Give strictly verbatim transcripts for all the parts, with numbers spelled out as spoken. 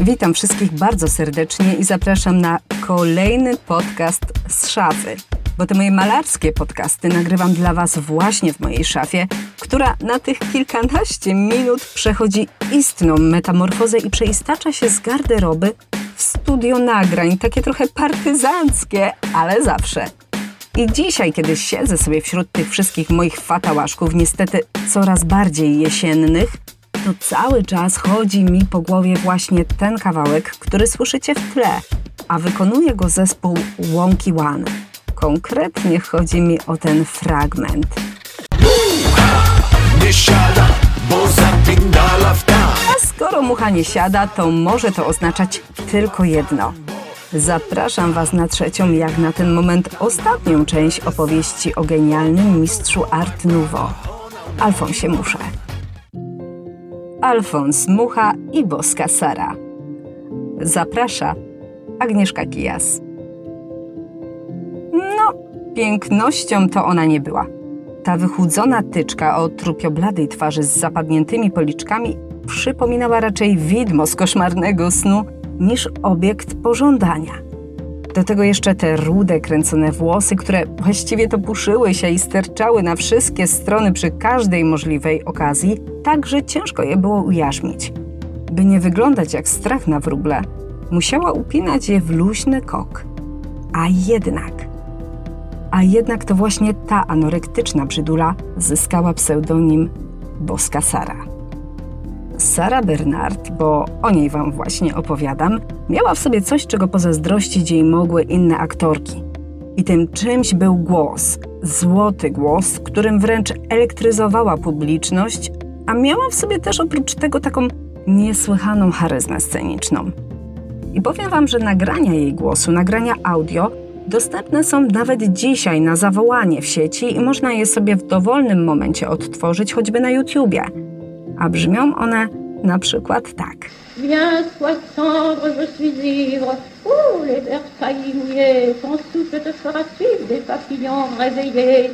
Witam wszystkich bardzo serdecznie i zapraszam na kolejny podcast z szafy, bo te moje malarskie podcasty nagrywam dla Was właśnie w mojej szafie, która na tych kilkanaście minut przechodzi istną metamorfozę i przeistacza się z garderoby w studio nagrań, takie trochę partyzanckie, ale zawsze. I dzisiaj, kiedy siedzę sobie wśród tych wszystkich moich fatałaszków, niestety coraz bardziej jesiennych, to cały czas chodzi mi po głowie właśnie ten kawałek, który słyszycie w tle, a wykonuje go zespół Łąki One. Konkretnie chodzi mi o ten fragment. Nie siada, bo zapindala w tam. A skoro mucha nie siada, to może to oznaczać tylko jedno. Zapraszam Was na trzecią, jak na ten moment ostatnią część opowieści o genialnym mistrzu Art Nouveau, Alfonsie Musze. Alfons Mucha i boska Sara. Zaprasza Agnieszka Kijas. No, pięknością to ona nie była. Ta wychudzona tyczka o trupiobladej twarzy z zapadniętymi policzkami przypominała raczej widmo z koszmarnego snu niż obiekt pożądania. Do tego jeszcze te rude, kręcone włosy, które właściwie to puszyły się i sterczały na wszystkie strony przy każdej możliwej okazji, tak że ciężko je było ujarzmić. By nie wyglądać jak strach na wróble, musiała upinać je w luźny kok. A jednak... A jednak to właśnie ta anorektyczna brzydula zyskała pseudonim Boska Sara. Sara Bernard, bo o niej Wam właśnie opowiadam, miała w sobie coś, czego pozazdrościć jej mogły inne aktorki. I tym czymś był głos, złoty głos, którym wręcz elektryzowała publiczność, a miała w sobie też oprócz tego taką niesłychaną charyzmę sceniczną. I powiem Wam, że nagrania jej głosu, nagrania audio dostępne są nawet dzisiaj na zawołanie w sieci i można je sobie w dowolnym momencie odtworzyć, choćby na YouTubie. A brzmią one na przykład tak. Viens, sois tendre, je suis ivre. Ouh, les Versailles mouillés, ton souffle te fera suivre des papillons réveillés.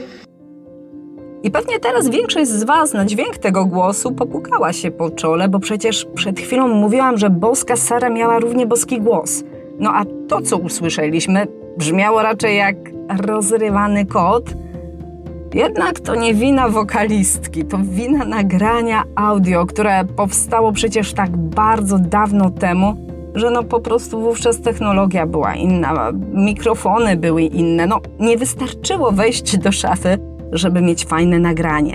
I pewnie teraz większość z Was na dźwięk tego głosu popukała się po czole, bo przecież przed chwilą mówiłam, że boska Sara miała równie boski głos. No a to, co usłyszeliśmy, brzmiało raczej jak rozrywany kot. Jednak to nie wina wokalistki, to wina nagrania audio, które powstało przecież tak bardzo dawno temu, że no po prostu wówczas technologia była inna, mikrofony były inne, no nie wystarczyło wejść do szafy, żeby mieć fajne nagranie.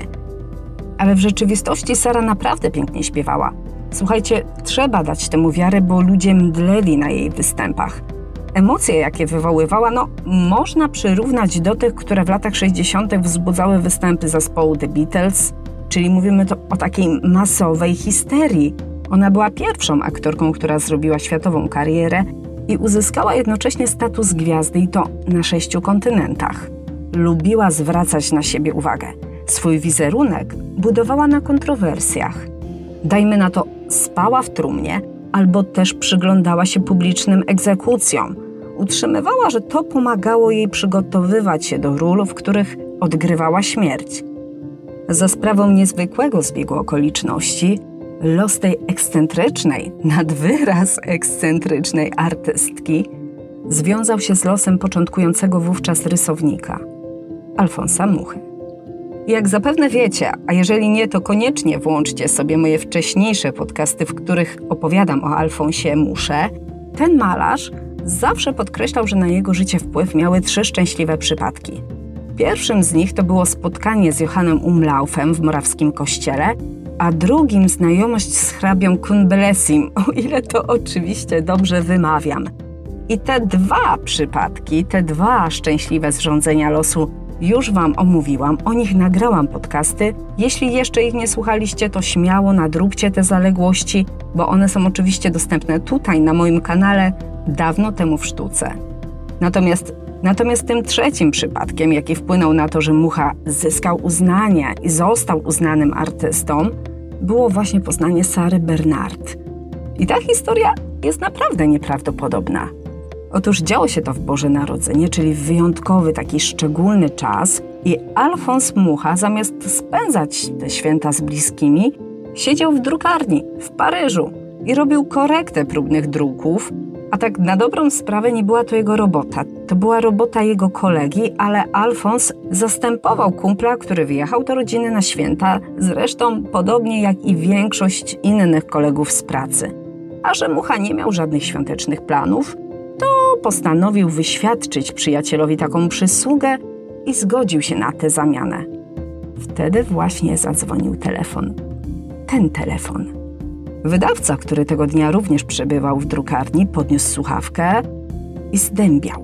Ale w rzeczywistości Sara naprawdę pięknie śpiewała. Słuchajcie, trzeba dać temu wiarę, bo ludzie mdleli na jej występach. Emocje, jakie wywoływała, no można przyrównać do tych, które w latach sześćdziesiątych wzbudzały występy zespołu The Beatles, czyli mówimy to o takiej masowej histerii. Ona była pierwszą aktorką, która zrobiła światową karierę i uzyskała jednocześnie status gwiazdy i to na sześciu kontynentach. Lubiła zwracać na siebie uwagę. Swój wizerunek budowała na kontrowersjach. Dajmy na to, spała w trumnie albo też przyglądała się publicznym egzekucjom. Utrzymywała, że to pomagało jej przygotowywać się do ról, w których odgrywała śmierć. Za sprawą niezwykłego zbiegu okoliczności, los tej ekscentrycznej, nad wyraz ekscentrycznej artystki związał się z losem początkującego wówczas rysownika, Alfonsa Muchy. Jak zapewne wiecie, a jeżeli nie, to koniecznie włączcie sobie moje wcześniejsze podcasty, w których opowiadam o Alfonsie Musze, ten malarz zawsze podkreślał, że na jego życie wpływ miały trzy szczęśliwe przypadki. Pierwszym z nich to było spotkanie z Johannem Umlaufem w morawskim kościele, a drugim znajomość z hrabią Kunbelesim, o ile to oczywiście dobrze wymawiam. I te dwa przypadki, te dwa szczęśliwe zrządzenia losu już Wam omówiłam, o nich nagrałam podcasty. Jeśli jeszcze ich nie słuchaliście, to śmiało nadróbcie te zaległości, bo one są oczywiście dostępne tutaj na moim kanale dawno temu w sztuce. Natomiast, natomiast tym trzecim przypadkiem, jaki wpłynął na to, że Mucha zyskał uznanie i został uznanym artystą, było właśnie poznanie Sary Bernard. I ta historia jest naprawdę nieprawdopodobna. Otóż działo się to w Boże Narodzenie, czyli w wyjątkowy, taki szczególny czas i Alfons Mucha zamiast spędzać te święta z bliskimi, siedział w drukarni w Paryżu i robił korektę próbnych druków, a tak na dobrą sprawę nie była to jego robota. To była robota jego kolegi, ale Alfons zastępował kumpla, który wyjechał do rodziny na święta, zresztą podobnie jak i większość innych kolegów z pracy. A że Mucha nie miał żadnych świątecznych planów, to postanowił wyświadczyć przyjacielowi taką przysługę i zgodził się na tę zamianę. Wtedy właśnie zadzwonił telefon. Ten telefon. Wydawca, który tego dnia również przebywał w drukarni, podniósł słuchawkę i zdębiał.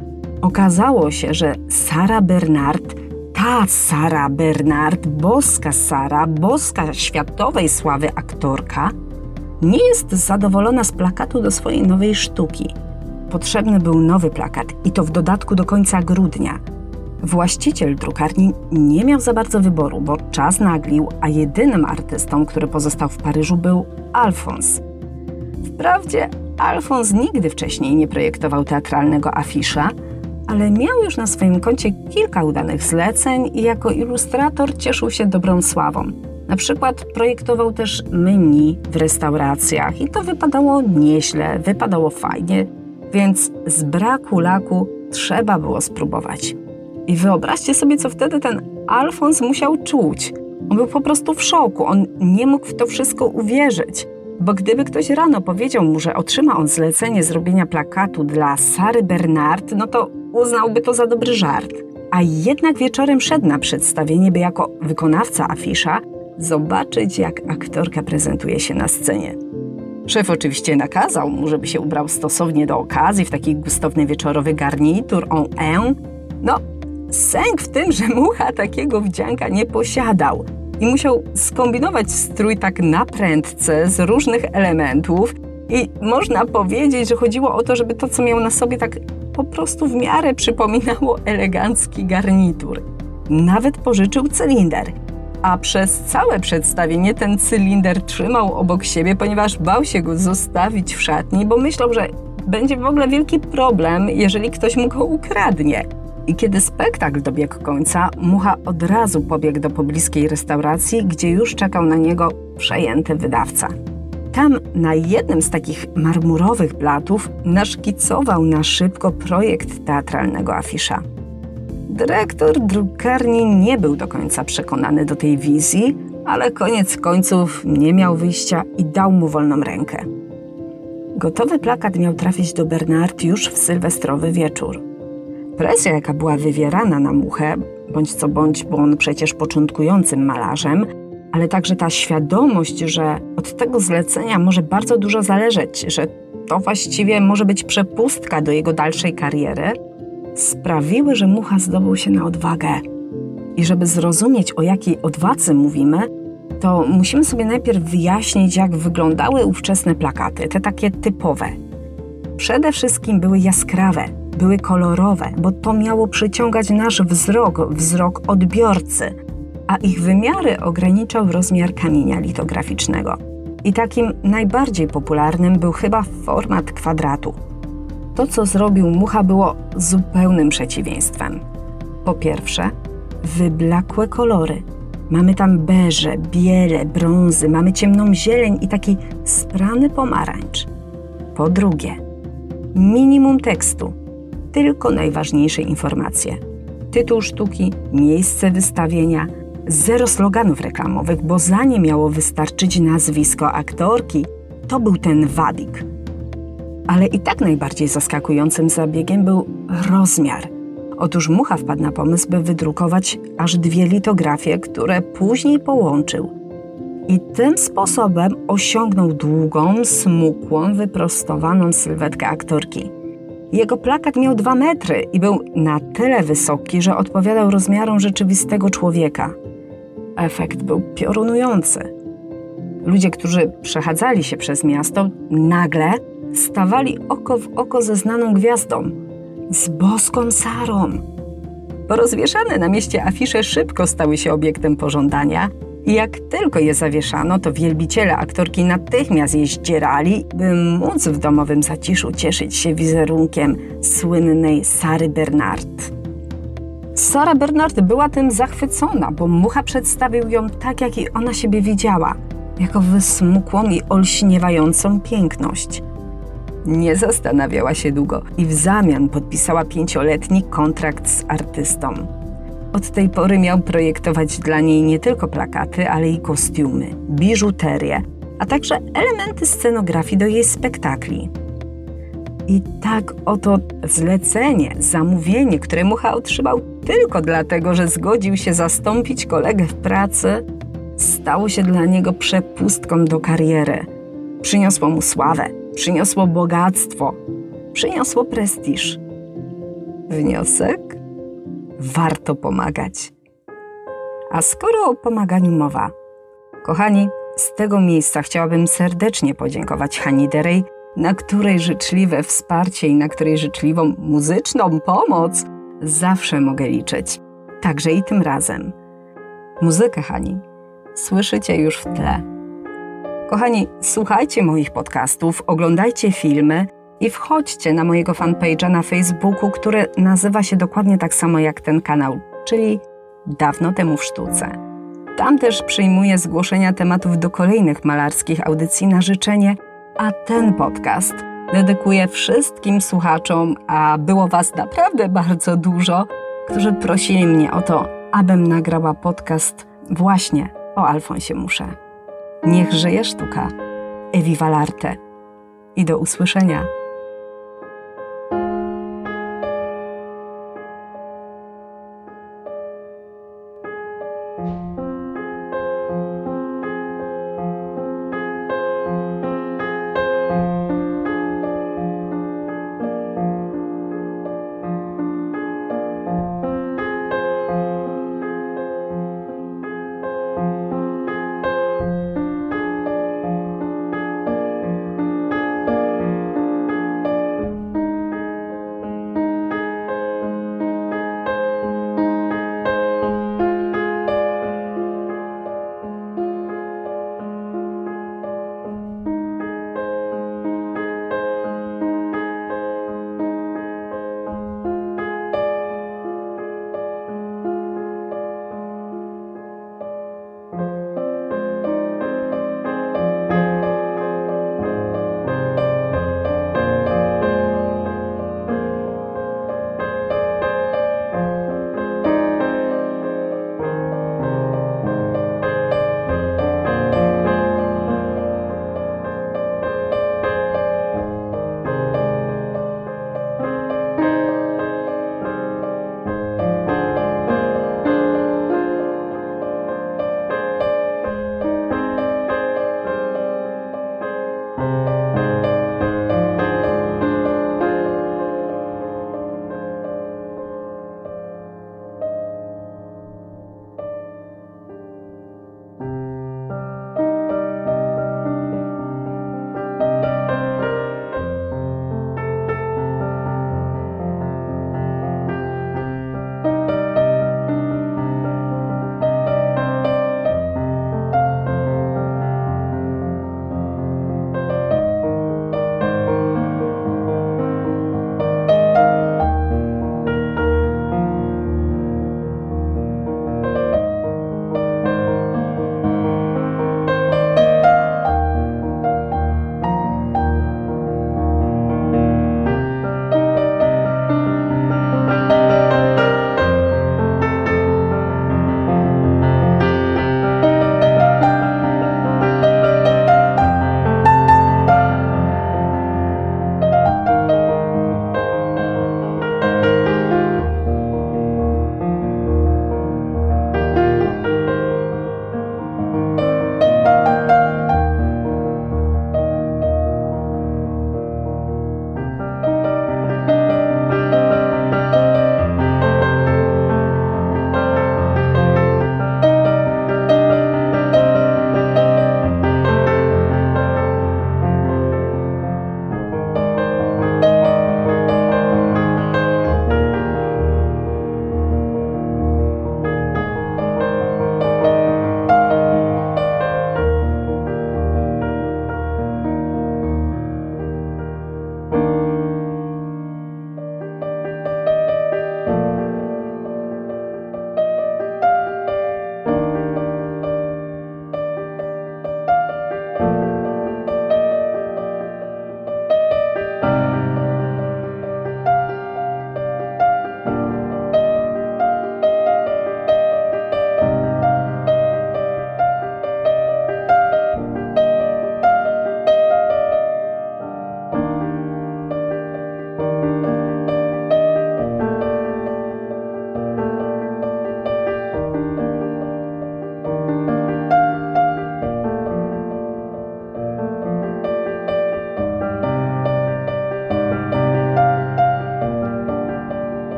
Okazało się, że Sara Bernard, ta Sara Bernard, boska Sara, boska światowej sławy aktorka, nie jest zadowolona z plakatu do swojej nowej sztuki. Potrzebny był nowy plakat i to w dodatku do końca grudnia. Właściciel drukarni nie miał za bardzo wyboru, bo czas naglił, a jedynym artystą, który pozostał w Paryżu, był Alfons. Wprawdzie Alfons nigdy wcześniej nie projektował teatralnego afisza, ale miał już na swoim koncie kilka udanych zleceń i jako ilustrator cieszył się dobrą sławą. Na przykład projektował też menu w restauracjach i to wypadało nieźle, wypadało fajnie, więc z braku laku trzeba było spróbować. I wyobraźcie sobie, co wtedy ten Alfons musiał czuć. On był po prostu w szoku, on nie mógł w to wszystko uwierzyć, bo gdyby ktoś rano powiedział mu, że otrzyma on zlecenie zrobienia plakatu dla Sary Bernard, no to uznałby to za dobry żart. A jednak wieczorem szedł na przedstawienie, by jako wykonawca afisza zobaczyć, jak aktorka prezentuje się na scenie. Szef oczywiście nakazał mu, żeby się ubrał stosownie do okazji, w taki gustowny wieczorowy garnitur en un. No, sęk w tym, że Mucha takiego wdzianka nie posiadał i musiał skombinować strój tak na prędce z różnych elementów i można powiedzieć, że chodziło o to, żeby to, co miał na sobie, tak po prostu w miarę przypominało elegancki garnitur. Nawet pożyczył cylinder, a przez całe przedstawienie ten cylinder trzymał obok siebie, ponieważ bał się go zostawić w szatni, bo myślał, że będzie w ogóle wielki problem, jeżeli ktoś mu go ukradnie. I kiedy spektakl dobiegł końca, Mucha od razu pobiegł do pobliskiej restauracji, gdzie już czekał na niego przejęty wydawca. Tam na jednym z takich marmurowych blatów naszkicował na szybko projekt teatralnego afisza. Dyrektor drukarni nie był do końca przekonany do tej wizji, ale koniec końców nie miał wyjścia i dał mu wolną rękę. Gotowy plakat miał trafić do Bernard już w sylwestrowy wieczór. Presja, jaka była wywierana na Muchę, bądź co bądź, bo on przecież początkującym malarzem, ale także ta świadomość, że od tego zlecenia może bardzo dużo zależeć, że to właściwie może być przepustka do jego dalszej kariery, sprawiły, że Mucha zdobył się na odwagę. I żeby zrozumieć, o jakiej odwadze mówimy, to musimy sobie najpierw wyjaśnić, jak wyglądały ówczesne plakaty, te takie typowe. Przede wszystkim były jaskrawe, były kolorowe, bo to miało przyciągać nasz wzrok, wzrok odbiorcy, a ich wymiary ograniczał rozmiar kamienia litograficznego. I takim najbardziej popularnym był chyba format kwadratu. To, co zrobił Mucha, było zupełnym przeciwieństwem. Po pierwsze, wyblakłe kolory. Mamy tam beże, biele, brązy, mamy ciemną zieleń i taki sprany pomarańcz. Po drugie, minimum tekstu, tylko najważniejsze informacje. Tytuł sztuki, miejsce wystawienia, zero sloganów reklamowych, bo za nie miało wystarczyć nazwisko aktorki. To był ten wadik. Ale i tak najbardziej zaskakującym zabiegiem był rozmiar. Otóż Mucha wpadł na pomysł, by wydrukować aż dwie litografie, które później połączył. I tym sposobem osiągnął długą, smukłą, wyprostowaną sylwetkę aktorki. Jego plakat miał dwa metry i był na tyle wysoki, że odpowiadał rozmiarom rzeczywistego człowieka. Efekt był piorunujący. Ludzie, którzy przechadzali się przez miasto, nagle stawali oko w oko ze znaną gwiazdą, z boską Sarą. Porozwieszane na mieście afisze szybko stały się obiektem pożądania i jak tylko je zawieszano, to wielbiciele aktorki natychmiast je zdzierali, by móc w domowym zaciszu cieszyć się wizerunkiem słynnej Sary Bernard. Sara Bernard była tym zachwycona, bo Mucha przedstawił ją tak, jak i ona siebie widziała. jako wysmukłą i olśniewającą piękność. Nie zastanawiała się długo i w zamian podpisała pięcioletni kontrakt z artystą. Od tej pory miał projektować dla niej nie tylko plakaty, ale i kostiumy, biżuterię, a także elementy scenografii do jej spektakli. I tak oto zlecenie, zamówienie, które Mucha otrzymał tylko dlatego, że zgodził się zastąpić kolegę w pracy, stało się dla niego przepustką do kariery. Przyniosło mu sławę, przyniosło bogactwo, przyniosło prestiż. Wniosek? Warto pomagać. A skoro o pomaganiu mowa, kochani, z tego miejsca chciałabym serdecznie podziękować Hani Derej, na której życzliwe wsparcie i na której życzliwą muzyczną pomoc zawsze mogę liczyć. Także i tym razem. Muzykę Hani słyszycie już w tle. Kochani, słuchajcie moich podcastów, oglądajcie filmy i wchodźcie na mojego fanpage'a na Facebooku, który nazywa się dokładnie tak samo jak ten kanał, czyli Dawno temu w sztuce. Tam też przyjmuję zgłoszenia tematów do kolejnych malarskich audycji na życzenie, a ten podcast dedykuję wszystkim słuchaczom, a było was naprawdę bardzo dużo, którzy prosili mnie o to, abym nagrała podcast właśnie o Alfonsie Musze. Niech żyje sztuka. E viva l'arte. I do usłyszenia.